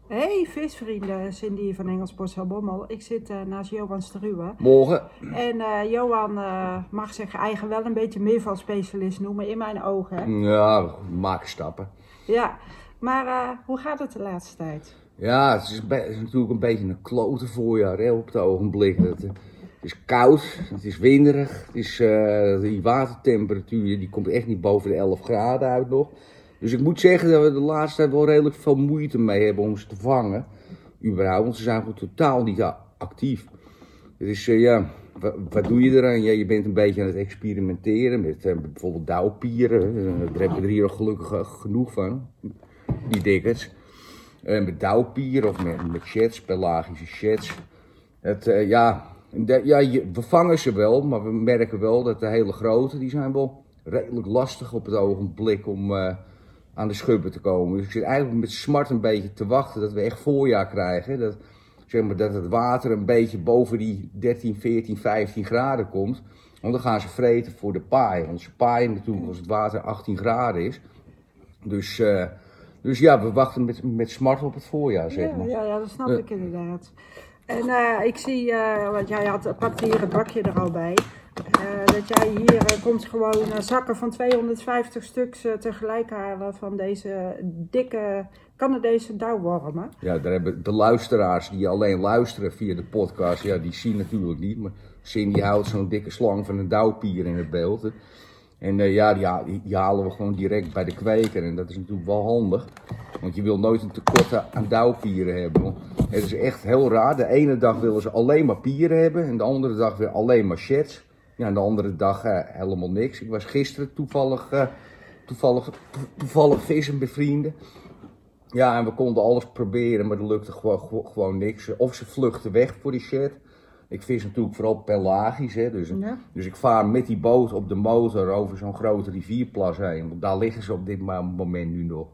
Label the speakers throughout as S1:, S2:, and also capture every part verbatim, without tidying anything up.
S1: Hey visvrienden, Cindy van Engelsport Zaltbommel. Ik zit uh, naast Johan Struwe.
S2: Morgen.
S1: En uh, Johan uh, mag zich eigen wel een beetje meervalspecialist noemen in mijn ogen. Hè?
S2: Ja, we maken stappen.
S1: Ja, maar uh, hoe gaat het de laatste tijd?
S2: Ja, het is, het is natuurlijk een beetje een klote voorjaar hè, op het ogenblik. Het, het is koud, het is winderig, het is, uh, die watertemperatuur die komt echt niet boven de elf graden uit nog. Dus ik moet zeggen dat we de laatste tijd wel redelijk veel moeite mee hebben om ze te vangen. Überhaupt, want ze zijn gewoon totaal niet actief. Dus uh, ja, wat, wat doe je eraan? Ja, je bent een beetje aan het experimenteren met uh, bijvoorbeeld dauwpieren. Uh, daar hebben we er hier nog gelukkig uh, genoeg van, die dikkers. Uh, met dauwpieren of met, met sheds, pelagische sheds. Het, uh, ja, de, ja je, we vangen ze wel, maar we merken wel dat de hele grote, die zijn wel redelijk lastig op het ogenblik om uh, aan de schubben te komen. Dus ik zit eigenlijk met smart een beetje te wachten dat we echt voorjaar krijgen. Dat, zeg maar, dat het water een beetje boven die dertien, veertien, vijftien graden komt. Want dan gaan ze vreten voor de paai. Want ze paaien natuurlijk als het water achttien graden is. Dus, uh, dus ja, we wachten met, met smart op het voorjaar, zeg maar.
S1: Ja, ja, ja dat snap uh, ik inderdaad. En uh, ik zie, uh, want jij had een papieren bakje er al bij. Uh, dat jij hier uh, komt gewoon uh, zakken van tweehonderdvijftig stuks uh, tegelijk halen van deze dikke Canadese dauwwormen.
S2: Ja, daar hebben de luisteraars die alleen luisteren via de podcast, ja, die zien natuurlijk niet. Maar Cindy houdt zo'n dikke slang van een dauwpier in het beeld. En uh, ja, die, die halen we gewoon direct bij de kweker. En dat is natuurlijk wel handig. Want je wil nooit een tekort aan dauwpieren hebben. Het is echt heel raar. De ene dag willen ze alleen maar pieren hebben. En de andere dag weer alleen maar sheds. Ja, en de andere dag uh, helemaal niks. Ik was gisteren toevallig, uh, toevallig, toevallig vissen met vrienden. Ja, en we konden alles proberen, maar er lukte gewoon, gewoon niks. Of ze vluchten weg voor die shed. Ik vis natuurlijk vooral pelagisch, hè, dus, ja. dus ik vaar met die boot op de motor over zo'n grote rivierplas heen. Want daar liggen ze op dit moment nu nog.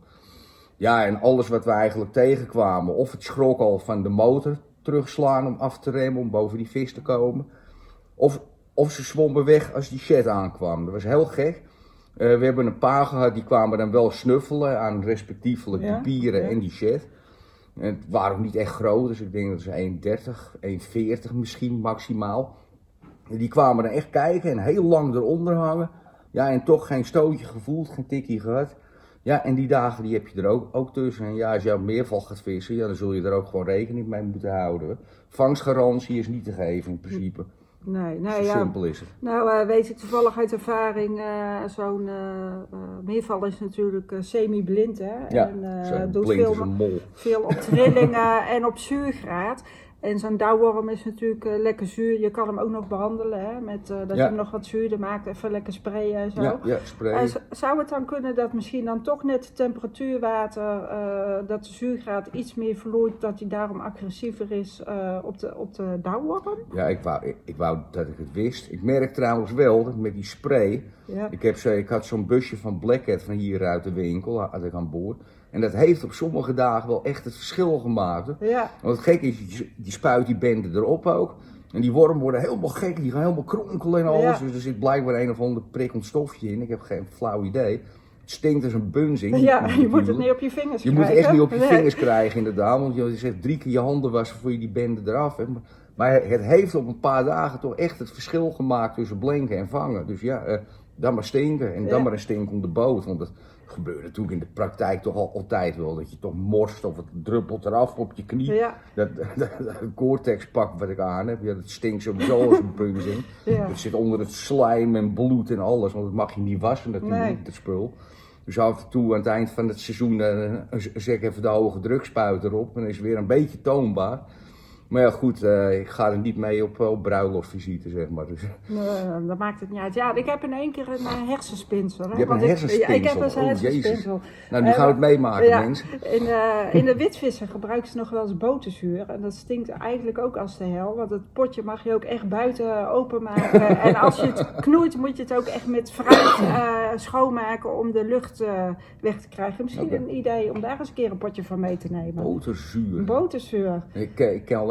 S2: Ja, en alles wat we eigenlijk tegenkwamen, of het schrok al van de motor terugslaan om af te remmen, om boven die vis te komen. Of, of ze zwommen weg als die shed aankwam. Dat was heel gek. Uh, we hebben een paar gehad, die kwamen dan wel snuffelen aan respectievelijk ja, die pieren ja. en die shed. En het waren ook niet echt groot, dus ik denk dat ze één dertig, één veertig misschien maximaal. En die kwamen dan echt kijken en heel lang eronder hangen. Ja, en toch geen stootje gevoeld, geen tikkie gehad. Ja, en die dagen die heb je er ook, ook tussen. En ja, als je op meerval gaat vissen, ja, dan zul je er ook gewoon rekening mee moeten houden. Vangstgarantie is niet te geven in principe.
S1: Nee, nee,
S2: Zo
S1: ja.
S2: simpel is het.
S1: Nou, uh, weet ik toevallig uit ervaring, uh, zo'n uh, uh, meerval is natuurlijk uh, semi-blind, hè.
S2: Ja,
S1: en uh,
S2: zo
S1: doet
S2: blind
S1: veel,
S2: als een mol.
S1: veel op trillingen en op zuurgraad. En zo'n dauwworm is natuurlijk uh, lekker zuur. Je kan hem ook nog behandelen, hè, met uh, dat ja. je hem nog wat zuurder maakt, even lekker sprayen en zo.
S2: Ja, ja, sprayen.
S1: Uh, zou het dan kunnen dat misschien dan toch net het temperatuurwater, uh, dat de zuurgraad iets meer vloeit, dat hij daarom agressiever is uh, op de, op de dauwworm?
S2: Ja, ik wou, ik, ik wou dat ik het wist. Ik merk trouwens wel dat met die spray, ja. ik, heb zo, ik had zo'n busje van Blackhead van hier uit de winkel, had ik aan boord. En dat heeft op sommige dagen wel echt het verschil gemaakt.
S1: Ja.
S2: Want het gekke is, die spuit die bende erop ook. En die wormen worden helemaal gek, die gaan helemaal kronkelen en alles. Ja. Dus er zit blijkbaar een of ander prikkend stofje in. Ik heb geen flauw idee. Het stinkt als een bunzing.
S1: Ja, je moet het niet op je vingers
S2: je
S1: krijgen.
S2: Je moet het echt niet op je nee. vingers krijgen inderdaad. Want je zegt drie keer je handen wassen voor je die bende eraf hebt. Maar het heeft op een paar dagen toch echt het verschil gemaakt tussen blinken en vangen. Dus ja, uh, dan maar stinken. En dan ja. maar een stinkende boot. Want dat gebeurt natuurlijk in de praktijk toch al, altijd wel. Dat je toch morst of het druppelt eraf op je knie. Ja. Dat, dat, dat, dat Gore-Tex pak wat ik aan heb, ja, dat stinkt sowieso als een bunzing. Ja. Dat zit onder het slijm en bloed en alles. Want dat mag je niet wassen natuurlijk, nee. dat spul. Dus af en toe aan het eind van het seizoen uh, zeg ik even de hoge drukspuit erop. En dan is het weer een beetje toonbaar. Maar ja, goed, uh, ik ga er niet mee op, op bruiloftvisite, zeg maar. Dus.
S1: Nee, dat maakt het niet uit. Ja, ik heb in één keer een uh, hersenspinsel. Hè?
S2: Je hebt
S1: Want
S2: een hersenspinsel?
S1: Ik, ja, ik heb een hersenspinsel.
S2: Oh, nou, nu uh, gaan we het meemaken,
S1: ja,
S2: mensen.
S1: In, uh, in de witvissen gebruiken ze nog wel eens boterzuur. En dat stinkt eigenlijk ook als de hel. Want het potje mag je ook echt buiten openmaken. En als je het knoeit, moet je het ook echt met fruit uh, schoonmaken om de lucht uh, weg te krijgen. Misschien okay. een idee om daar eens een keer een potje van mee te nemen.
S2: Boterzuur?
S1: Boterzuur.
S2: Ik, ik ken alleen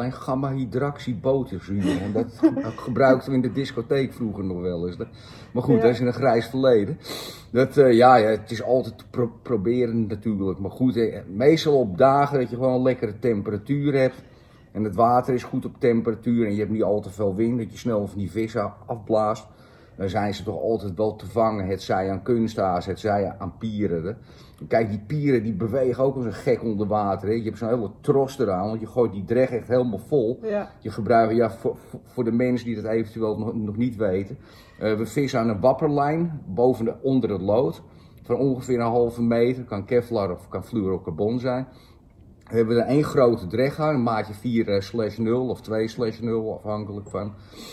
S2: alleen gamma-hydroxyboterzuur. En dat gebruikten we in de discotheek vroeger nog wel eens. Maar goed, ja. Dat is in een grijs verleden. Dat, uh, ja, ja, het is altijd te pro proberen natuurlijk. Maar goed, eh, meestal op dagen dat je gewoon een lekkere temperatuur hebt. En het water is goed op temperatuur en je hebt niet al te veel wind, dat je snel van die vis afblaast. Dan zijn ze toch altijd wel te vangen, het zij aan kunstaas, het zij aan pieren. Kijk, die pieren die bewegen ook als een gek onder water. Hè. Je hebt zo'n hele tros eraan, want je gooit die dreg echt helemaal vol.
S1: Ja.
S2: Je gebruikt, ja, voor, voor de mensen die dat eventueel nog, nog niet weten. Uh, we vissen aan een wapperlijn, boven de, onder het lood. Van ongeveer een halve meter, kan kevlar of kan fluorocarbon zijn. We hebben er één grote dreg aan, een maatje vier slash nul of twee slash nul, afhankelijk van.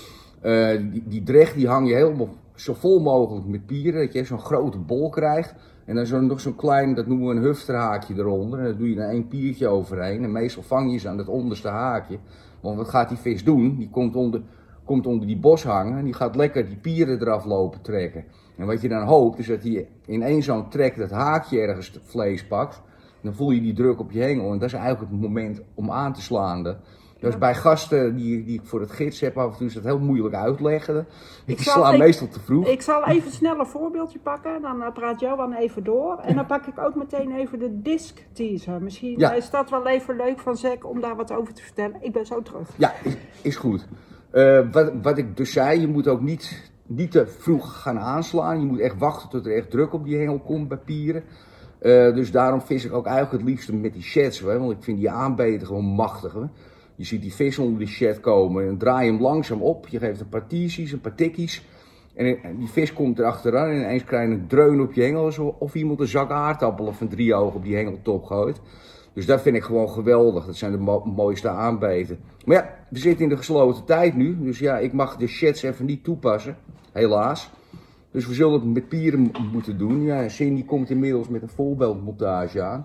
S2: Uh, die, die dreg die hang je helemaal zo vol mogelijk met pieren, dat je zo'n grote bol krijgt. En dan zo, nog zo'n klein, dat noemen we een hufterhaakje eronder. En dan doe je er één piertje overheen. En meestal vang je ze aan het onderste haakje. Want wat gaat die vis doen? Die komt onder, komt onder die bos hangen en die gaat lekker die pieren eraf lopen trekken. En wat je dan hoopt is dat hij in één zo'n trek dat haakje ergens het vlees pakt. Dan voel je die druk op je hengel en dat is eigenlijk het moment om aan te slaan. Dus bij gasten die, die ik voor het gids heb, af en toe is dat heel moeilijk uitleggen. Ik, ik sla ik, meestal te vroeg.
S1: Ik zal even snel een voorbeeldje pakken, dan uh, praat Johan even door. En dan pak ik ook meteen even de disc teaser. Misschien ja. is dat wel even leuk van Zek om daar wat over te vertellen. Ik ben zo terug.
S2: Ja, is, is goed. Uh, wat, wat ik dus zei, je moet ook niet, niet te vroeg gaan aanslaan. Je moet echt wachten tot er echt druk op die hengel komt bij pieren. Uh, dus daarom vis ik ook eigenlijk het liefst met die sheds, hè, want ik vind die aanbeten gewoon machtig. Hè. Je ziet die vis onder die shed komen en draai hem langzaam op. Je geeft een paar tiesjes, een paar tikkies. En die vis komt erachteraan en ineens krijg je een dreun op je hengel. Of iemand een zak aardappelen of een driehoog op die hengeltop gooit. Dus dat vind ik gewoon geweldig. Dat zijn de mo mooiste aanbeten. Maar ja, we zitten in de gesloten tijd nu. Dus ja, ik mag de sheds even niet toepassen. Helaas. Dus we zullen het met pieren moeten doen. Ja, Cindy komt inmiddels met een voorbeeldmontage aan.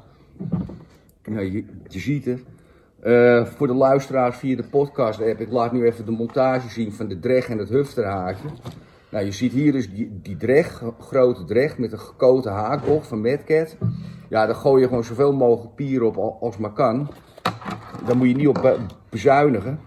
S2: Ja, je, je ziet het. Uh, voor de luisteraars via de podcast app, ik laat nu even de montage zien van de dreg en het hufterhaakje. Nou, je ziet hier dus die, die dreg, grote dreg met een gekoten haakbocht van Madcat. Ja, daar gooi je gewoon zoveel mogelijk pier op als maar kan. Daar moet je niet op bezuinigen.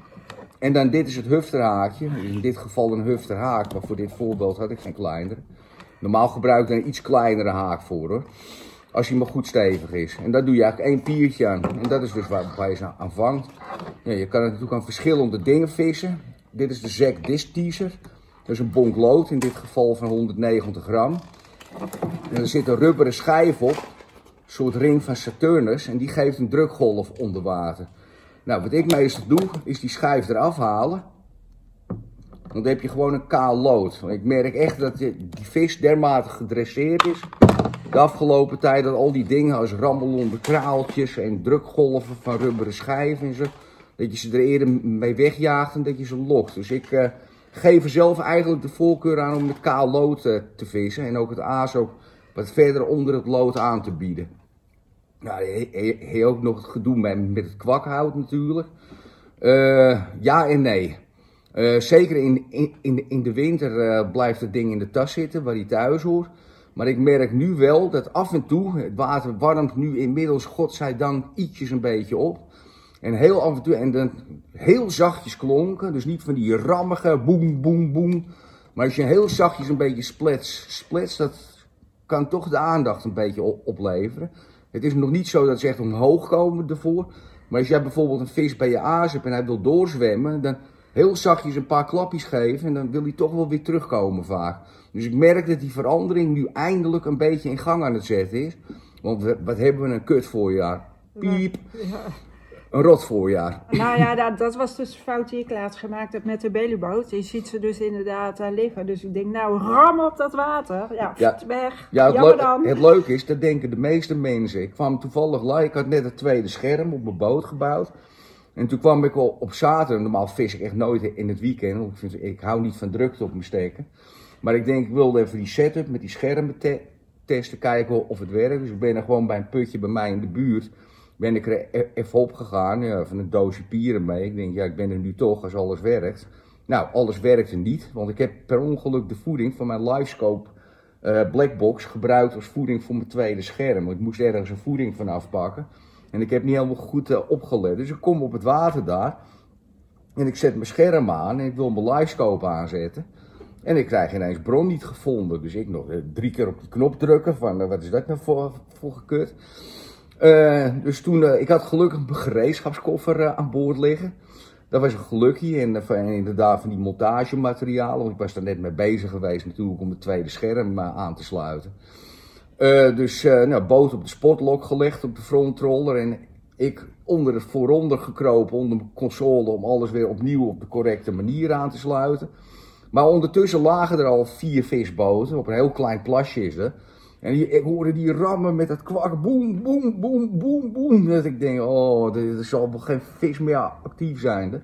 S2: En dan dit is het hufterhaakje, in dit geval een hufterhaak, maar voor dit voorbeeld had ik geen kleinere. Normaal gebruik ik er een iets kleinere haak voor hoor. Als hij maar goed stevig is. En daar doe je eigenlijk één piertje aan. En dat is dus waar, waar je ze aan vangt. Ja, je kan het natuurlijk aan verschillende dingen vissen. Dit is de Zek Disc Teaser. Dat is een bonk lood, in dit geval van honderdnegentig gram. En er zit een rubberen schijf op. Een soort ring van Saturnus. En die geeft een drukgolf onder water. Nou, wat ik meestal doe, is die schijf eraf halen. Want dan heb je gewoon een kaal lood. Want ik merk echt dat die vis dermate gedresseerd is. De afgelopen tijd dat al die dingen als rammelende kraaltjes en drukgolven van rubberen schijven en zo, dat je ze er eerder mee wegjaagt en dat je ze lokt. Dus ik uh, geef er zelf eigenlijk de voorkeur aan om met kaal lood uh, te vissen en ook het aas ook wat verder onder het lood aan te bieden. Nou, je hebt ook nog het gedoe met, met het kwakhout natuurlijk. Uh, ja en nee. Uh, zeker in, in, in de winter uh, blijft het ding in de tas zitten waar hij thuis hoort. Maar ik merk nu wel dat af en toe, het water warmt nu inmiddels godzijdank ietsjes een beetje op. En heel af en toe, en dan heel zachtjes klonken, dus niet van die rammige boem, boem, boem. Maar als je heel zachtjes een beetje splets, splets, dat kan toch de aandacht een beetje opleveren. Het is nog niet zo dat ze echt omhoog komen ervoor. Maar als jij bijvoorbeeld een vis bij je aas hebt en hij wil doorzwemmen, dan heel zachtjes een paar klapjes geven en dan wil hij toch wel weer terugkomen vaak. Dus ik merk dat die verandering nu eindelijk een beetje in gang aan het zetten is. Want we, wat hebben we een kut voorjaar? Piep. Ja. Een rot voorjaar.
S1: Nou ja, dat, dat was dus de fout die ik laatst gemaakt heb met de Bellyboot. Je ziet ze dus inderdaad uh, liggen. Dus ik denk, nou, ram op dat water. Ja, ja. weg.
S2: Ja, het, le dan. het leuke is, dat denken de meeste mensen. Ik kwam toevallig live, ik had net het tweede scherm op mijn boot gebouwd. En toen kwam ik al op zaterdag, normaal vis ik echt nooit in het weekend. Want ik, vind, ik hou niet van drukte op mijn steken. Maar ik denk, ik wilde even die setup met die schermen te testen, kijken of het werkt. Dus ik ben er gewoon bij een putje bij mij in de buurt, ben ik er even op gegaan, ja, van een doosje pieren mee. Ik denk, ja, ik ben er nu toch als alles werkt. Nou, alles werkte niet, want ik heb per ongeluk de voeding van mijn Livescope uh, Blackbox gebruikt als voeding voor mijn tweede scherm. Ik moest ergens een voeding van afpakken. En ik heb niet helemaal goed uh, opgelet. Dus ik kom op het water daar. En ik zet mijn scherm aan en ik wil mijn livescope aanzetten. En ik krijg ineens bron niet gevonden. Dus ik nog uh, drie keer op die knop drukken van uh, wat is dat nou voor, voor gekut. Uh, dus toen, uh, ik had gelukkig mijn gereedschapskoffer uh, aan boord liggen. Dat was een gelukje en, uh, en inderdaad van die montagematerialen. Want ik was er net mee bezig geweest natuurlijk om het tweede scherm uh, aan te sluiten. Uh, dus uh, nou, boot op de spotlock gelegd op de frontroller en ik onder het vooronder gekropen onder mijn console om alles weer opnieuw op de correcte manier aan te sluiten. Maar ondertussen lagen er al vier visboten, op een heel klein plasje is er. En die, ik hoorde die rammen met dat kwak, boem, boem, boem, boem, boem. Dat ik denk, oh, er zal wel geen vis meer actief zijn.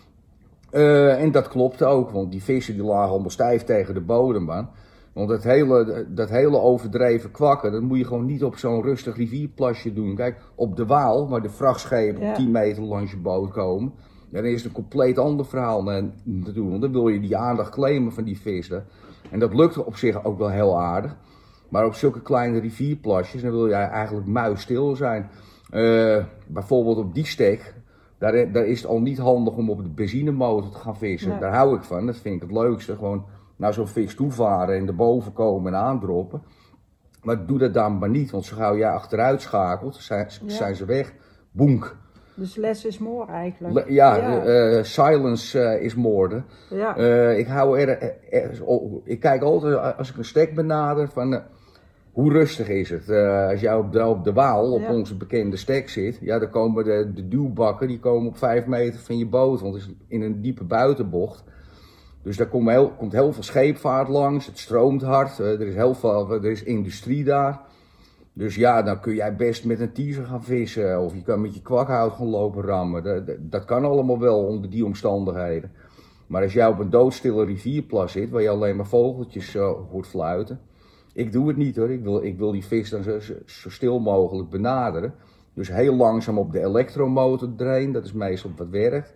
S2: Uh, en dat klopte ook, want die vissen die lagen allemaal stijf tegen de bodem, man. Want dat hele, dat hele overdreven kwakken, dat moet je gewoon niet op zo'n rustig rivierplasje doen. Kijk, op de Waal, waar de vrachtschepen ja. tien meter langs je boot komen, dan is het een compleet ander verhaal te doen. Want dan wil je die aandacht claimen van die vissen. En dat lukt op zich ook wel heel aardig. Maar op zulke kleine rivierplasjes, dan wil je eigenlijk muisstil zijn. Uh, bijvoorbeeld op die stek, daar, daar is het al niet handig om op de benzinemotor te gaan vissen. Nee. Daar hou ik van, dat vind ik het leukste. Gewoon naar zo'n vis toevaren en erboven komen en aandroppen. Maar doe dat dan maar niet, want zo gauw jij achteruit schakelt, zijn, ja. zijn ze weg. Boenk.
S1: Dus less is more eigenlijk.
S2: Le ja, ja. Uh, silence uh, is more.
S1: Ja.
S2: Uh, ik, hou er, er, er, oh, ik kijk altijd, als ik een stek benader, van uh, hoe rustig is het? Uh, als jij op de, op de Waal, op ja. onze bekende stek zit, ja, dan komen de, de duwbakken die komen op vijf meter van je boot, want het is in een diepe buitenbocht. Dus daar komt heel, komt heel veel scheepvaart langs, het stroomt hard, uh, er is heel veel, er is industrie daar. Dus ja, dan kun jij best met een teaser gaan vissen of je kan met je kwakhout gaan lopen rammen. Dat, dat, dat kan allemaal wel onder die omstandigheden. Maar als jij op een doodstille rivierplas zit, waar je alleen maar vogeltjes uh, hoort fluiten. Ik doe het niet hoor, ik wil, ik wil die vis dan zo, zo stil mogelijk benaderen. Dus heel langzaam op de elektromotor draaien, dat is meestal wat werkt.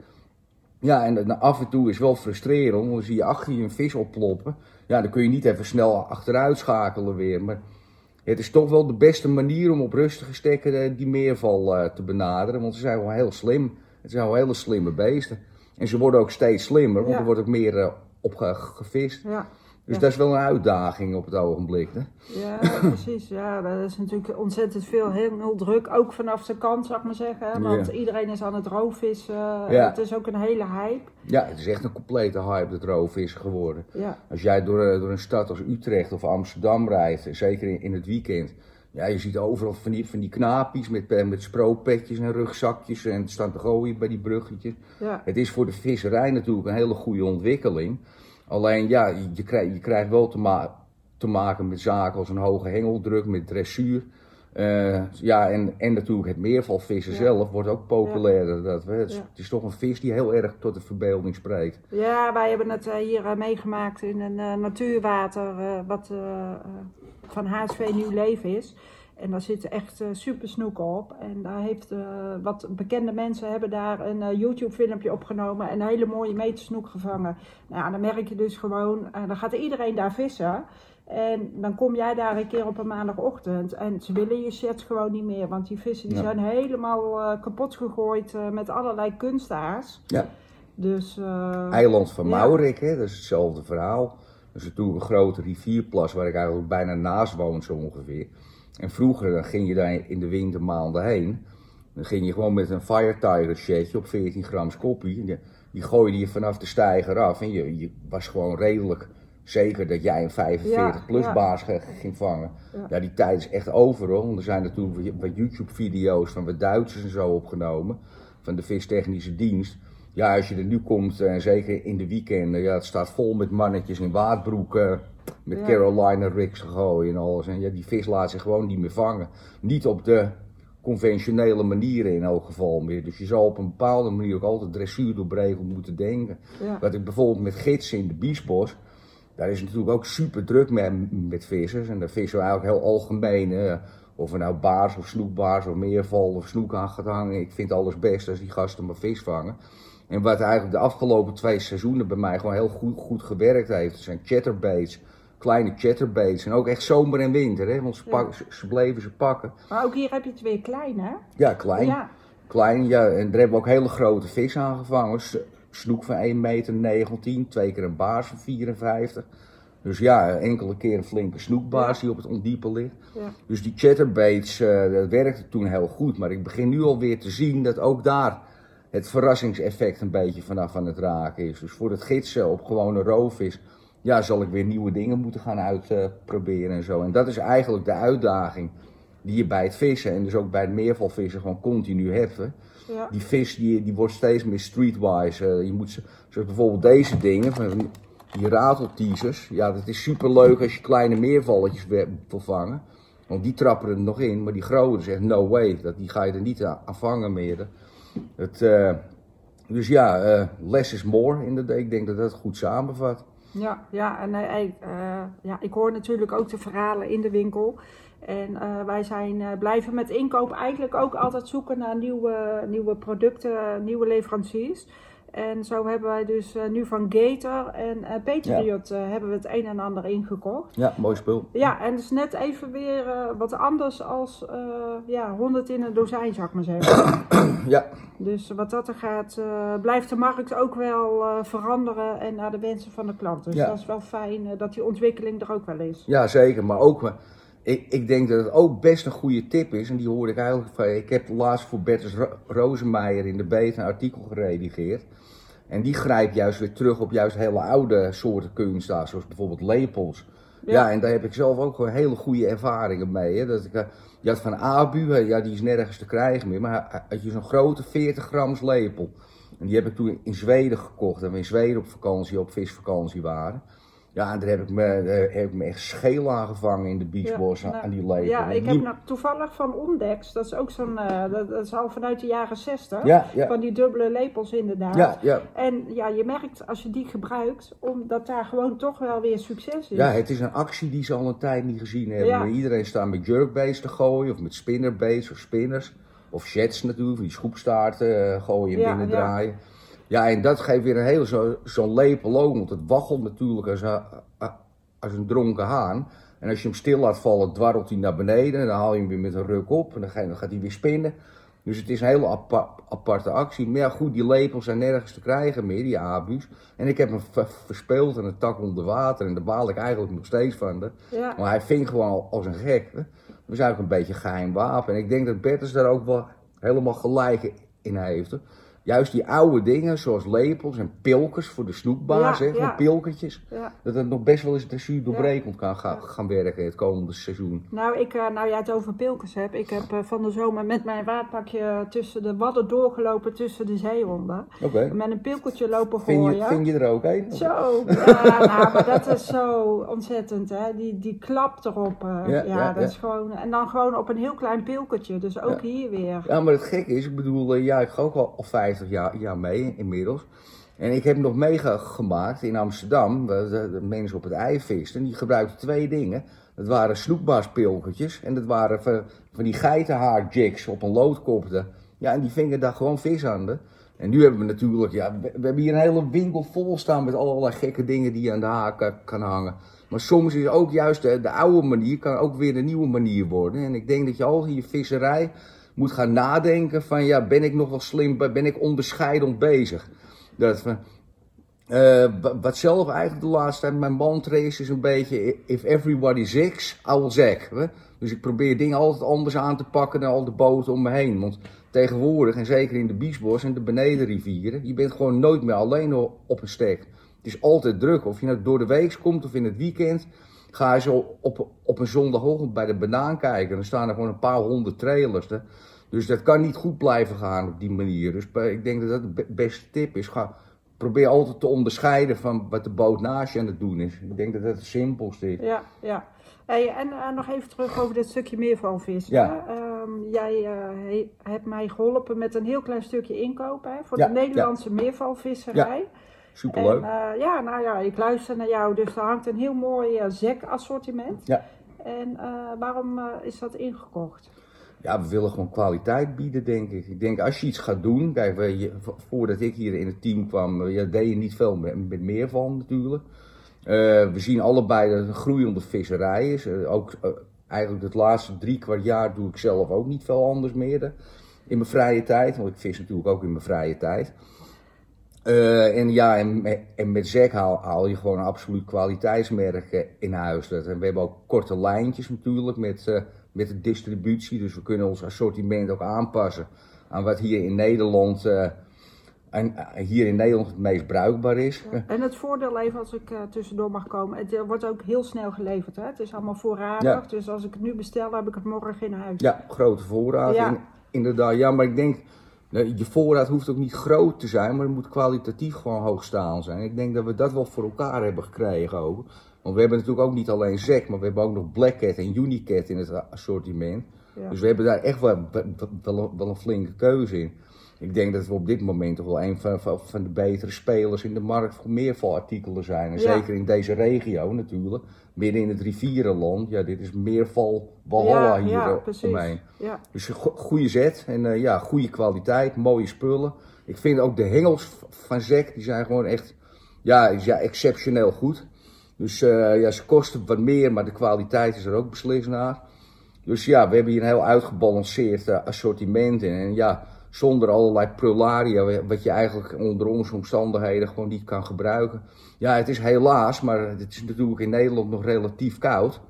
S2: Ja, en nou, af en toe is wel frustrerend, want dan zie je achter je een vis opploppen. Ja, dan kun je niet even snel achteruit schakelen weer. Maar het is toch wel de beste manier om op rustige stekken die meerval uh, te benaderen. Want ze zijn wel heel slim. Het zijn wel hele slimme beesten. En ze worden ook steeds slimmer, want ja. er wordt ook meer uh, op ge gevist. Ja. Dus ja. dat is wel een uitdaging op het ogenblik. Hè?
S1: Ja, precies. Ja, dat is natuurlijk ontzettend veel, heel, heel druk. Ook vanaf de kant, zou ik maar zeggen. Hè? Want ja. iedereen is aan het roofvissen. Ja. Het is ook een hele hype.
S2: Ja, het is echt een complete hype, het roofvissen geworden.
S1: Ja.
S2: Als jij door, door een stad als Utrecht of Amsterdam rijdt, zeker in, in het weekend. Ja, je ziet overal van die, van die knapies met, met sprookpetjes en rugzakjes en staan te gooien bij die bruggetjes. Ja. Het is voor de visserij natuurlijk een hele goede ontwikkeling. Alleen ja, je krijgt, je krijgt wel te, ma te maken met zaken als een hoge hengeldruk, met dressuur. Uh, ja, en, en natuurlijk het meervalvissen ja. zelf wordt ook populairder. Ja. Dat, het, is, ja. het is toch een vis die heel erg tot de verbeelding spreekt.
S1: Ja, wij hebben het uh, hier uh, meegemaakt in een uh, natuurwater uh, wat uh, uh, van H S V Nieuw Leven is. En daar zit echt uh, super snoeken op. En daar heeft uh, wat bekende mensen hebben daar een uh, YouTube filmpje opgenomen en een hele mooie metersnoek gevangen. Nou ja, dan merk je dus gewoon, uh, dan gaat iedereen daar vissen. En dan kom jij daar een keer op een maandagochtend en ze willen je sets gewoon niet meer. Want die vissen die ja. zijn helemaal uh, kapot gegooid uh, met allerlei kunstaars.
S2: Ja.
S1: Dus, uh,
S2: Eiland van Maurik, ja. hè, dat is hetzelfde verhaal. Dat is natuurlijk een grote rivierplas waar ik eigenlijk bijna naast woon zo ongeveer. En vroeger dan ging je daar in de wintermaanden heen. Dan ging je gewoon met een Fire Tiger setje op veertien gram koppie. Die, die gooide je vanaf de steiger af. En je, je was gewoon redelijk zeker dat jij een vijfenveertig plus ja, baas ja. ging vangen. Ja. ja, die tijd is echt over hoor. Er zijn natuurlijk wat YouTube video's van wat Duitsers en zo opgenomen. Van de vistechnische dienst. Ja, als je er nu komt, en zeker in de weekenden, ja, het staat vol met mannetjes in waadbroeken. Met ja. Carolina rigs gegooid en alles. En ja, die vis laat zich gewoon niet meer vangen. Niet op de conventionele manieren in elk geval meer. Dus je zal op een bepaalde manier ook altijd dressuur doorbreken moeten denken. Ja. Wat ik bijvoorbeeld met gidsen in de Biesbos, daar is natuurlijk ook super druk met, met vissers. En daar vissen we eigenlijk heel algemeen. Uh, of er nou baars of snoekbaars of meerval of snoek aan gaat hangen. Ik vind alles best als die gasten maar vis vangen. En wat eigenlijk de afgelopen twee seizoenen bij mij gewoon heel goed, goed gewerkt heeft, zijn chatterbaits kleine chatterbaits. En ook echt zomer en winter, hè, want ze,
S1: Ja.
S2: pakken, ze, ze bleven ze pakken.
S1: Maar ook hier heb je het weer klein, hè?
S2: Ja, klein.
S1: Ja.
S2: Klein, ja. En daar hebben we ook hele grote vis aangevangen. S- Snoek van één meter negentien, twee keer een baars van vierenvijftig. Dus ja, enkele keer een flinke snoekbaars
S1: Ja.
S2: die op het ondiepe ligt.
S1: Ja.
S2: Dus die chatterbaits, uh, dat werkte toen heel goed. Maar ik begin nu alweer te zien dat ook daar het verrassingseffect een beetje vanaf aan het raken is. Dus voor het gidsen op gewone roofvis, ja, zal ik weer nieuwe dingen moeten gaan uitproberen uh, en zo. En dat is eigenlijk de uitdaging die je bij het vissen en dus ook bij het meervalvissen gewoon continu hebt. Hè.
S1: Ja.
S2: Die vis die, die wordt steeds meer streetwise. Uh, je moet, zoals bijvoorbeeld deze dingen, van die, die ratelteasers. Ja, dat is super leuk als je kleine meervalletjes wil vangen. Want die trappen er nog in, maar die grote zegt no way, dat, die ga je er niet aan vangen meer. Het, uh, dus ja, uh, less is more. Inderdaad. Ik denk dat dat goed samenvat.
S1: Ja, ja, en uh, uh, ja, ik hoor natuurlijk ook de verhalen in de winkel. En uh, wij zijn uh, blijven met inkoop eigenlijk ook altijd zoeken naar nieuwe, nieuwe producten, nieuwe leveranciers. En zo hebben wij dus uh, nu van Gator en uh, Patriot ja. uh, hebben we het een en ander ingekocht.
S2: Ja, mooi spul.
S1: Ja, en het is net even weer uh, wat anders als uh, ja, honderd in een dozijn, zou ik maar zeggen.
S2: Ja.
S1: Dus wat dat er gaat, uh, blijft de markt ook wel uh, veranderen en naar de wensen van de klant. Dus ja. dat is wel fijn uh, dat die ontwikkeling er ook wel is.
S2: Ja, zeker. Maar ook, uh, ik, ik denk dat het ook best een goede tip is. En die hoorde ik eigenlijk van, ik heb laatst voor Bertus Ro- Rozenmeijer in de Beet een artikel geredigeerd. En die grijpt juist weer terug op juist hele oude soorten kunst, zoals bijvoorbeeld lepels. Ja. ja, en daar heb ik zelf ook gewoon hele goede ervaringen mee. Hè. Dat ik, uh, je had van Abu, ja, die is nergens te krijgen meer, maar had je zo'n grote veertig grams lepel. En die heb ik toen in Zweden gekocht, en we in Zweden op vakantie, op visvakantie waren. Ja, en daar heb ik me, heb ik me echt scheel aangevangen in de beachbos ja, nou, aan die lepel.
S1: Ja, ik
S2: die...
S1: heb nou toevallig van Ondex, dat is ook zo'n, uh, dat, dat is al vanuit de jaren zestig,
S2: ja, ja.
S1: van die dubbele lepels inderdaad.
S2: Ja, ja.
S1: En ja, je merkt als je die gebruikt, omdat daar gewoon toch wel weer succes is.
S2: Ja, het is een actie die ze al een tijd niet gezien hebben. Ja. Iedereen staat met jerkbaits te gooien, of met spinnerbaits of spinners. Of jets natuurlijk, die schroepstaarten uh, gooien en ja, binnendraaien. Ja. Ja, en dat geeft weer een hele zo'n zo lepel ook, want het waggelt natuurlijk als een, als een dronken haan. En als je hem stil laat vallen, dwarrelt hij naar beneden en dan haal je hem weer met een ruk op en dan, ga je, dan gaat hij weer spinnen. Dus het is een hele apa- aparte actie. Maar ja goed, die lepels zijn nergens te krijgen meer, die abu's. En ik heb hem v- verspeeld en een tak onder water en daar baal ik eigenlijk nog steeds van. Hè. Ja. Maar hij ving gewoon als een gek. Hè. Dat is eigenlijk een beetje een geheim wapen. En ik denk dat Bertus daar ook wel helemaal gelijk in heeft. Hè. Juist die oude dingen, zoals lepels en pilkers voor de snoekbaars, ja, hè, ja. pilkertjes, ja. dat het nog best wel eens de doorbrekend kan ga, gaan werken het komende seizoen.
S1: Nou, ik, uh, nou ja, het over pilkers heb. Ik heb uh, van de zomer met mijn waardpakje tussen de wadden doorgelopen tussen de zeehonden.
S2: Okay.
S1: Met een pilkertje lopen gooien.
S2: Vind je, vind je er ook een?
S1: Zo, ja, nou, maar dat is zo ontzettend, hè. Die, die klap erop, uh, ja, ja, ja, dat ja. is gewoon, en dan gewoon op een heel klein pilkertje, dus ook ja. hier weer.
S2: Ja, maar het gekke is, ik bedoel, uh, ja, ik ga ook al, al vijftig jaar, jaar mee inmiddels. En ik heb nog meegemaakt in Amsterdam, de, de, de mensen op het ei visten, en die gebruikten twee dingen. Dat waren snoekbaaspilkertjes en dat waren van, van die geitenhaarjigs op een loodkopte. Ja, en die vingen daar gewoon vis aan. De. En nu hebben we natuurlijk, ja, we, we hebben hier een hele winkel vol staan met allerlei gekke dingen die je aan de haak kan hangen. Maar soms is ook juist de, de oude manier, kan ook weer de nieuwe manier worden. En ik denk dat je al in je visserij moet gaan nadenken van, ja, ben ik nog wel slim, ben ik onbescheiden bezig? Dat van, uh, wat zelf eigenlijk de laatste tijd mijn mantra is, is een beetje, if everybody zigs, I will zag. Hè? Dus ik probeer dingen altijd anders aan te pakken dan al de boten om me heen. Want tegenwoordig, en zeker in de biesbos en de benedenrivieren, je bent gewoon nooit meer alleen op een stek. Het is altijd druk, of je nou door de week komt of in het weekend. Ga je zo op, op een zondagochtend bij de banaan kijken, dan staan er gewoon een paar honderd trailers. Hè? Dus dat kan niet goed blijven gaan op die manier. Dus ik denk dat dat de beste tip is. Ga, probeer altijd te onderscheiden van wat de boot naast je aan het doen is. Ik denk dat dat het simpelste is.
S1: Ja, ja. Hey, en uh, nog even terug over dit stukje meervalvis.
S2: Ja.
S1: Um, jij uh, he, hebt mij geholpen met een heel klein stukje inkoop hè, voor
S2: ja,
S1: de Nederlandse ja. meervalvisserij.
S2: Ja. Superleuk.
S1: En, uh, ja, nou ja, ik luister naar jou, dus er hangt een heel mooi uh, zek-assortiment.
S2: Ja.
S1: En uh, waarom uh, is dat ingekocht?
S2: Ja, we willen gewoon kwaliteit bieden, denk ik. Ik denk, als je iets gaat doen, kijk, we, je, voordat ik hier in het team kwam, ja, deed je niet veel met, met meerval natuurlijk. we zien allebei dat het een groeiende visserij is. Uh, ook uh, eigenlijk het laatste drie kwart jaar doe ik zelf ook niet veel anders meer. De, in mijn vrije tijd, want ik vis natuurlijk ook in mijn vrije tijd. Uh, en ja, en, en met Z E C haal, haal je gewoon een absoluut kwaliteitsmerk in huis. Dat, en we hebben ook korte lijntjes natuurlijk met, uh, met de distributie. Dus we kunnen ons assortiment ook aanpassen aan wat hier in Nederland, uh, en, uh, hier in Nederland het meest bruikbaar is.
S1: Ja. En het voordeel even als ik uh, tussendoor mag komen, het uh, wordt ook heel snel geleverd. Hè? Het is allemaal voorradig, ja. Dus als ik het nu bestel, heb ik het morgen in huis.
S2: Ja, grote voorraad. Ja. In, inderdaad, ja, maar ik denk... Je voorraad hoeft ook niet groot te zijn, maar het moet kwalitatief gewoon hoog staan zijn. Ik denk dat we dat wel voor elkaar hebben gekregen ook. Want we hebben natuurlijk ook niet alleen Z E C, maar we hebben ook nog Black Cat en Unicat in het assortiment. Ja. Dus we hebben daar echt wel, wel, wel een flinke keuze in. Ik denk dat we op dit moment toch wel een van, van, van de betere spelers in de markt voor meervalartikelen zijn. En ja. Zeker in deze regio natuurlijk, midden in het rivierenland. Ja, dit is meerval Walhalla ja, hier ja, omheen. Ja. Dus go goede zet en uh, ja, goede kwaliteit, mooie spullen. Ik vind ook de hengels van Z E C, die zijn gewoon echt ja, ja, exceptioneel goed. Dus uh, ja, ze kosten wat meer, maar de kwaliteit is er ook beslist naar. Dus ja, we hebben hier een heel uitgebalanceerd uh, assortiment in. En ja, zonder allerlei prularia, wat je eigenlijk onder onze omstandigheden gewoon niet kan gebruiken. Ja, het is helaas, maar het is natuurlijk in Nederland nog relatief koud.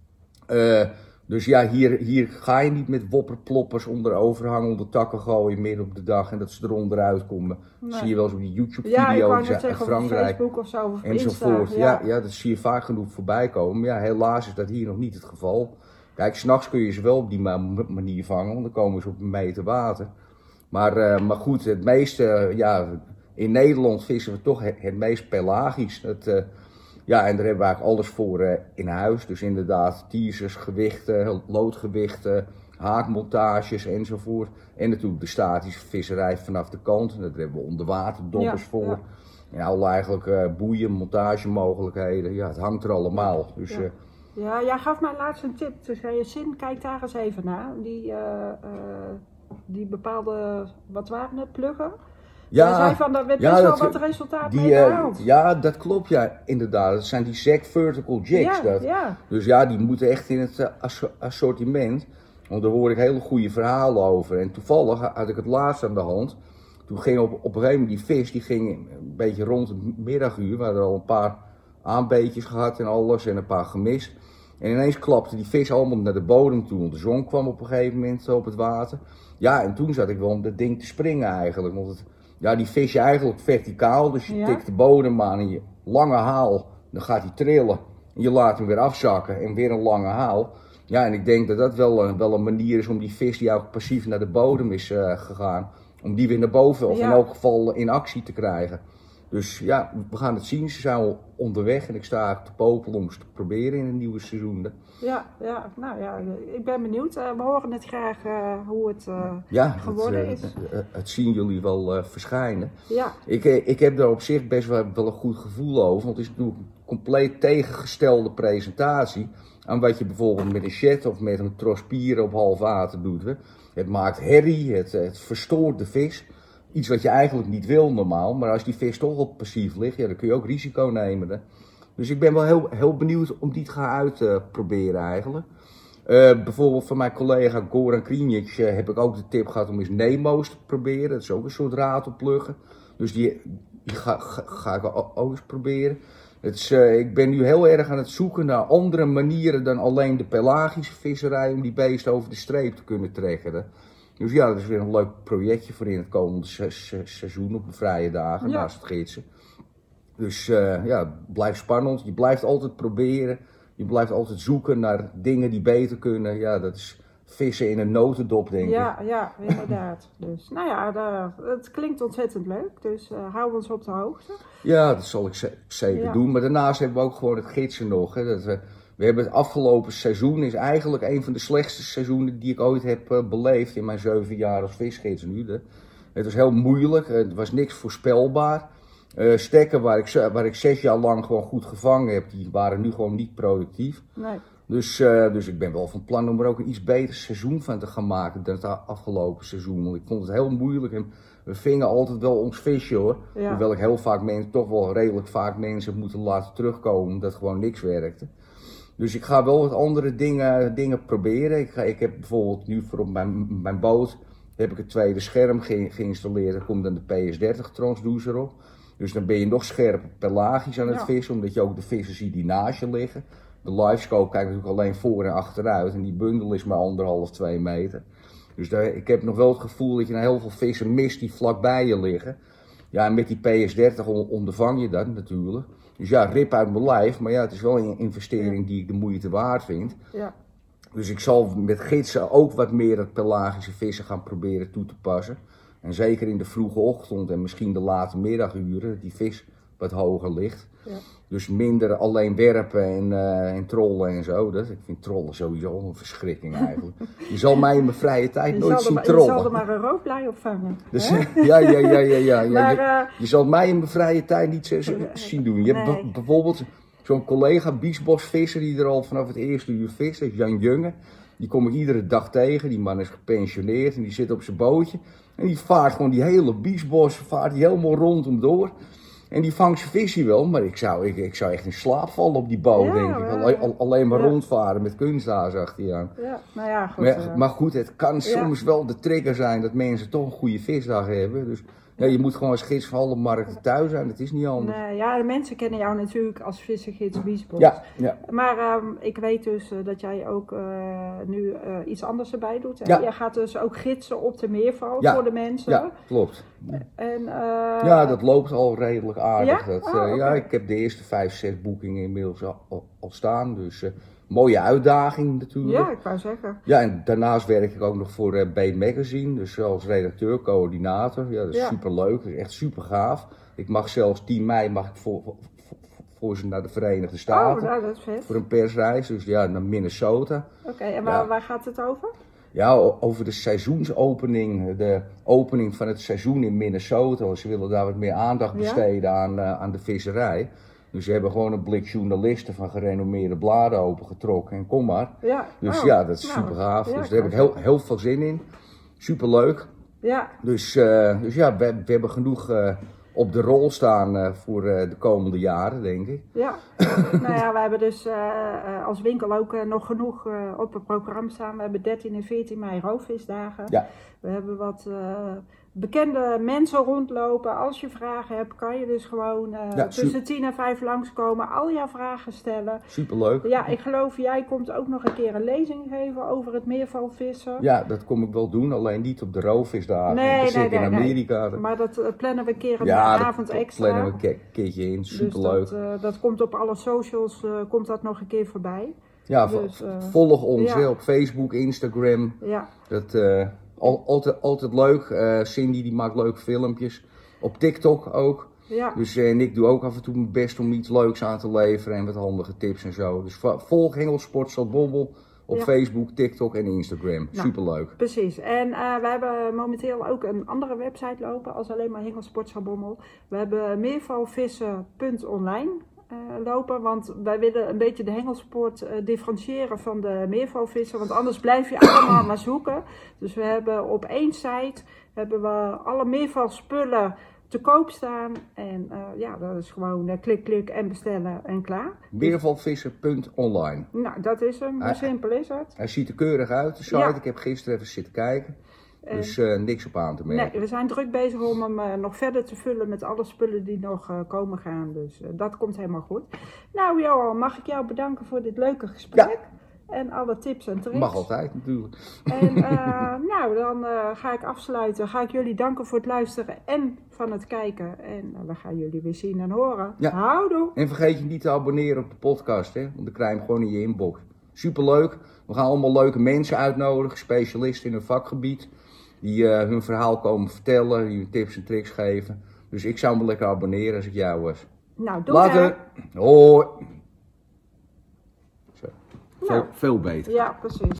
S2: Uh, dus ja, hier, hier ga je niet met wopperploppers onder overhang, onder takken gooien midden op de dag en dat ze eronder uitkomen. Nee. Dat zie je wel eens op die YouTube-video's
S1: ja,
S2: uit Frankrijk
S1: Facebook of zo, of
S2: enzovoort. Ja. Ja, ja, dat zie je vaak genoeg voorbij komen. Maar ja, helaas is dat hier nog niet het geval. Kijk, 's nachts kun je ze wel op die manier vangen, want dan komen ze op een meter water. Maar, uh, maar goed, het meeste, uh, ja, in Nederland vissen we toch het, het meest pelagisch. Het, uh, ja, en daar hebben we eigenlijk alles voor uh, in huis. Dus inderdaad, teasers, gewichten, loodgewichten, haakmontages enzovoort. En natuurlijk de statische visserij vanaf de kant. En daar hebben we onderwaterdoppers ja, voor. Ja. En alle eigenlijk uh, boeien, montagemogelijkheden. Ja, het hangt er allemaal. Dus,
S1: ja. Uh, ja, jij gaf mij laatst een tip. Toen zei je, Sin, kijk daar eens even naar. Die... Uh, uh... Die bepaalde, wat waren het, pluggen? Ja, zei van, daar werd best ja, wel dat, wat resultaat die, mee behaald.
S2: Uh, ja, dat klopt, ja, inderdaad. Dat zijn die Z E C Vertical Jigs.
S1: Ja,
S2: dat.
S1: Ja.
S2: Dus ja, die moeten echt in het uh, assortiment. Want daar hoor ik hele goede verhalen over. En toevallig had ik het laatst aan de hand. Toen ging op, op een gegeven moment die vis, die ging een beetje rond het middaguur. We hadden al een paar aanbeetjes gehad en alles en een paar gemist. En ineens klapte die vis allemaal naar de bodem toe. Want de zon kwam op een gegeven moment op het water. Ja, en toen zat ik wel om dat ding te springen eigenlijk. Want het, ja, die vis je eigenlijk verticaal. Dus je ja. tikt de bodem aan en je lange haal. Dan gaat hij trillen. En je laat hem weer afzakken en weer een lange haal. Ja, en ik denk dat dat wel, uh, wel een manier is om die vis die ook passief naar de bodem is uh, gegaan. Om die weer naar boven of ja. in elk geval in actie te krijgen. Dus ja, we gaan het zien. Ze zijn al onderweg en ik sta te popelen om ze te proberen in een nieuwe seizoen.
S1: Ja, ja, nou ja, ik ben benieuwd. Uh, we horen het graag uh, hoe het uh, ja, geworden
S2: het,
S1: is.
S2: Uh, het zien jullie wel uh, verschijnen.
S1: Ja.
S2: Ik, ik heb daar op zich best wel, wel een goed gevoel over. Want het is natuurlijk een compleet tegengestelde presentatie aan wat je bijvoorbeeld met een shed of met een tros pieren op half water doet. Hè. Het maakt herrie, het, het verstoort de vis. Iets wat je eigenlijk niet wil normaal, maar als die vis toch op passief ligt, ja, dan kun je ook risico nemen. Hè. Dus ik ben wel heel, heel benieuwd om die te gaan uitproberen uh, eigenlijk. Uh, bijvoorbeeld van mijn collega Goran Krinjic uh, heb ik ook de tip gehad om eens Nemo's te proberen. Dat is ook een soort ratelpluggen. Dus die, die ga, ga, ga ik ook eens proberen. Het is, uh, ik ben nu heel erg aan het zoeken naar andere manieren dan alleen de pelagische visserij om die beesten over de streep te kunnen trekken. Hè. Dus ja, dat is weer een leuk projectje voor in het komende se se seizoen op de vrije dagen ja. naast het gidsen. Dus uh, ja, het blijft spannend. Je blijft altijd proberen. Je blijft altijd zoeken naar dingen die beter kunnen. Ja, dat is vissen in een notendop, denk ik.
S1: Ja, ja, inderdaad. Dus nou ja, de, het klinkt ontzettend leuk. Dus uh, hou ons op de hoogte.
S2: Ja, dat zal ik ze zeker ja. doen. Maar daarnaast hebben we ook gewoon het gidsen nog. Hè. Dat, uh, we hebben het afgelopen seizoen, is eigenlijk een van de slechtste seizoenen die ik ooit heb uh, beleefd in mijn zeven jaar als visgids nu. Hè. Het was heel moeilijk, het was niks voorspelbaar. Uh, stekken waar ik, waar ik zes jaar lang gewoon goed gevangen heb, die waren nu gewoon niet productief.
S1: Nee.
S2: Dus, uh, dus ik ben wel van plan om er ook een iets beter seizoen van te gaan maken dan het afgelopen seizoen. Want ik vond het heel moeilijk en we vingen altijd wel ons visje hoor. Ja. Hoewel ik heel vaak mensen, toch wel redelijk vaak mensen heb moeten laten terugkomen omdat gewoon niks werkte. Dus ik ga wel wat andere dingen, dingen proberen. Ik, ga, ik heb bijvoorbeeld nu voor op mijn, mijn boot heb ik het tweede scherm ge, geïnstalleerd. Er komt dan de P S dertig transducer op. Dus dan ben je nog scherper pelagisch aan het ja. vissen, omdat je ook de vissen ziet die naast je liggen. De livescope kijkt natuurlijk alleen voor en achteruit en die bundel is maar anderhalf, twee meter. Dus daar, ik heb nog wel het gevoel dat je nou heel veel vissen mist die vlakbij je liggen. Ja, en met die P S dertig ondervang je dat natuurlijk. Dus ja, rip uit mijn lijf, maar ja, het is wel een investering die ik de moeite waard vind. Ja. Dus ik zal met gidsen ook wat meer het pelagische vissen gaan proberen toe te passen. En zeker in de vroege ochtend en misschien de late middaguren, dat die vis wat hoger ligt. Ja. Dus minder alleen werpen en, uh, en trollen en zo. Dat, ik vind trollen sowieso een verschrikking eigenlijk. Je zal mij in mijn vrije tijd je nooit zien
S1: maar,
S2: trollen.
S1: Je zal er maar een roofblij op vangen.
S2: Dus, ja, ja, ja, ja, ja, ja. Maar, uh, je, je zal mij in mijn vrije tijd niet zo, zo uh, zien doen. Je nee. hebt b- bijvoorbeeld zo'n collega biesbosvisser die er al vanaf het eerste uur vist, dat is Jan Junge. Die kom ik iedere dag tegen. Die man is gepensioneerd en die zit op zijn bootje. En die vaart gewoon die hele biesbos, vaart die helemaal rondom door. En die vangt zijn visje wel, maar ik zou, ik, ik zou echt in slaap vallen op die boot, ja, denk ik. Alleen, al, alleen maar ja. rondvaren met kunsthaas achter je aan.
S1: Ja, nou ja, goed.
S2: Maar, maar goed, het kan ja. soms wel de trigger zijn dat mensen toch een goede visdag hebben. Dus ja, je moet gewoon als gids van alle markten thuis zijn, dat is niet anders.
S1: Nee, ja, de mensen kennen jou natuurlijk als vissergids Biesbos.
S2: Ja, ja.
S1: Maar um, ik weet dus uh, dat jij ook uh, nu uh, iets anders erbij doet.
S2: Ja.
S1: Jij gaat dus ook gidsen op de meerval ja. voor de mensen.
S2: Ja, klopt.
S1: En, uh,
S2: ja, dat loopt al redelijk aardig.
S1: Ja?
S2: Dat, uh,
S1: oh, okay.
S2: Ja, ik heb de eerste vijf, zes boekingen inmiddels al, al, al staan. Dus uh, mooie uitdaging natuurlijk.
S1: Ja, ik wou zeggen.
S2: Ja, en daarnaast werk ik ook nog voor uh, Bait Magazine. Dus als redacteur, coördinator. Ja, dat is ja. super leuk. Dat is echt super gaaf. Ik mag zelfs tien mei mag ik voor, voor, voor ze naar de Verenigde Staten.
S1: Oh, nou, dat is vet.
S2: Voor een persreis. Dus ja, naar Minnesota.
S1: Oké, okay, en waar,
S2: ja.
S1: waar gaat het over?
S2: Ja, over de seizoensopening, de opening van het seizoen in Minnesota. Want ze willen daar wat meer aandacht besteden ja? aan, uh, aan de visserij. Dus ze hebben gewoon een blik journalisten van gerenommeerde bladen opengetrokken en kom maar.
S1: Ja.
S2: Dus
S1: oh.
S2: ja, dat is
S1: nou,
S2: super gaaf.
S1: Ja,
S2: dus daar heb ik heel, heel veel zin in. Super leuk.
S1: Ja.
S2: Dus, uh, dus ja, we, we hebben genoeg uh, op de rol staan uh, voor uh, de komende jaren, denk ik.
S1: Ja, nou ja, we hebben dus uh, uh, als winkel ook uh, nog genoeg uh, op het programma staan. We hebben dertien en veertien mei roofvisdagen.
S2: Ja.
S1: We hebben wat uh, bekende mensen rondlopen. Als je vragen hebt, kan je dus gewoon uh, ja, tussen tien en vijf langskomen, al jouw vragen stellen.
S2: Superleuk.
S1: Ja, ik geloof, jij komt ook nog een keer een lezing geven over het meervalvissen.
S2: Ja, dat kom ik wel doen, alleen niet op de roofvisdagen.
S1: Nee,
S2: dat
S1: nee,
S2: zit
S1: nee,
S2: in Amerika.
S1: Nee. Maar dat uh, plannen we een keer een
S2: ja,
S1: avond
S2: dat,
S1: extra.
S2: Ja, plannen we een keertje in, superleuk.
S1: Dus dat, uh, dat komt op alle socials, uh, komt dat nog een keer voorbij.
S2: Ja,
S1: dus, uh,
S2: volg ons
S1: ja.
S2: op Facebook, Instagram.
S1: Ja.
S2: Dat, uh, al, altijd, altijd leuk. Uh, Cindy die maakt leuke filmpjes. Op TikTok ook.
S1: Ja.
S2: Dus uh, en ik doe ook af en toe mijn best om iets leuks aan te leveren en wat handige tips en zo. Dus volg Hengelsport Zaltbommel op ja. Facebook, TikTok en Instagram. Nou, superleuk.
S1: Precies. En uh, we hebben momenteel ook een andere website lopen als alleen maar Hengelsport Zaltbommel. We hebben meervalvissen punt online. Uh, lopen, want wij willen een beetje de hengelsport uh, differentiëren van de meervalvissen, want anders blijf je allemaal maar zoeken. Dus we hebben op één site hebben we alle meervalspullen te koop staan en uh, ja, dat is gewoon uh, klik, klik en bestellen en klaar.
S2: meervalvissen punt online.
S1: Nou, dat is hem. Hoe simpel is het?
S2: Hij ziet er keurig uit, de site. Ja. Ik heb gisteren even zitten kijken. Dus uh, niks op aan te merken.
S1: Nee, we zijn druk bezig om hem uh, nog verder te vullen met alle spullen die nog uh, komen gaan. Dus uh, dat komt helemaal goed. Nou Johan, mag ik jou bedanken voor dit leuke gesprek. Ja. En alle tips en tricks.
S2: Mag altijd natuurlijk.
S1: En uh, nou, dan uh, ga ik afsluiten. Ga ik jullie danken voor het luisteren en van het kijken. En uh, we gaan jullie weer zien en horen.
S2: Ja.
S1: Houdoe.
S2: En vergeet je niet te abonneren op de podcast, hè? Want dan krijg je hem gewoon in je inbox. Superleuk. We gaan allemaal leuke mensen uitnodigen, specialisten in hun vakgebied. Die uh, hun verhaal komen vertellen, die hun tips en tricks geven. Dus ik zou me lekker abonneren als ik jou was.
S1: Nou, doe
S2: Later. Hoi. Zo.
S1: Nou,
S2: veel, veel beter.
S1: Ja, precies.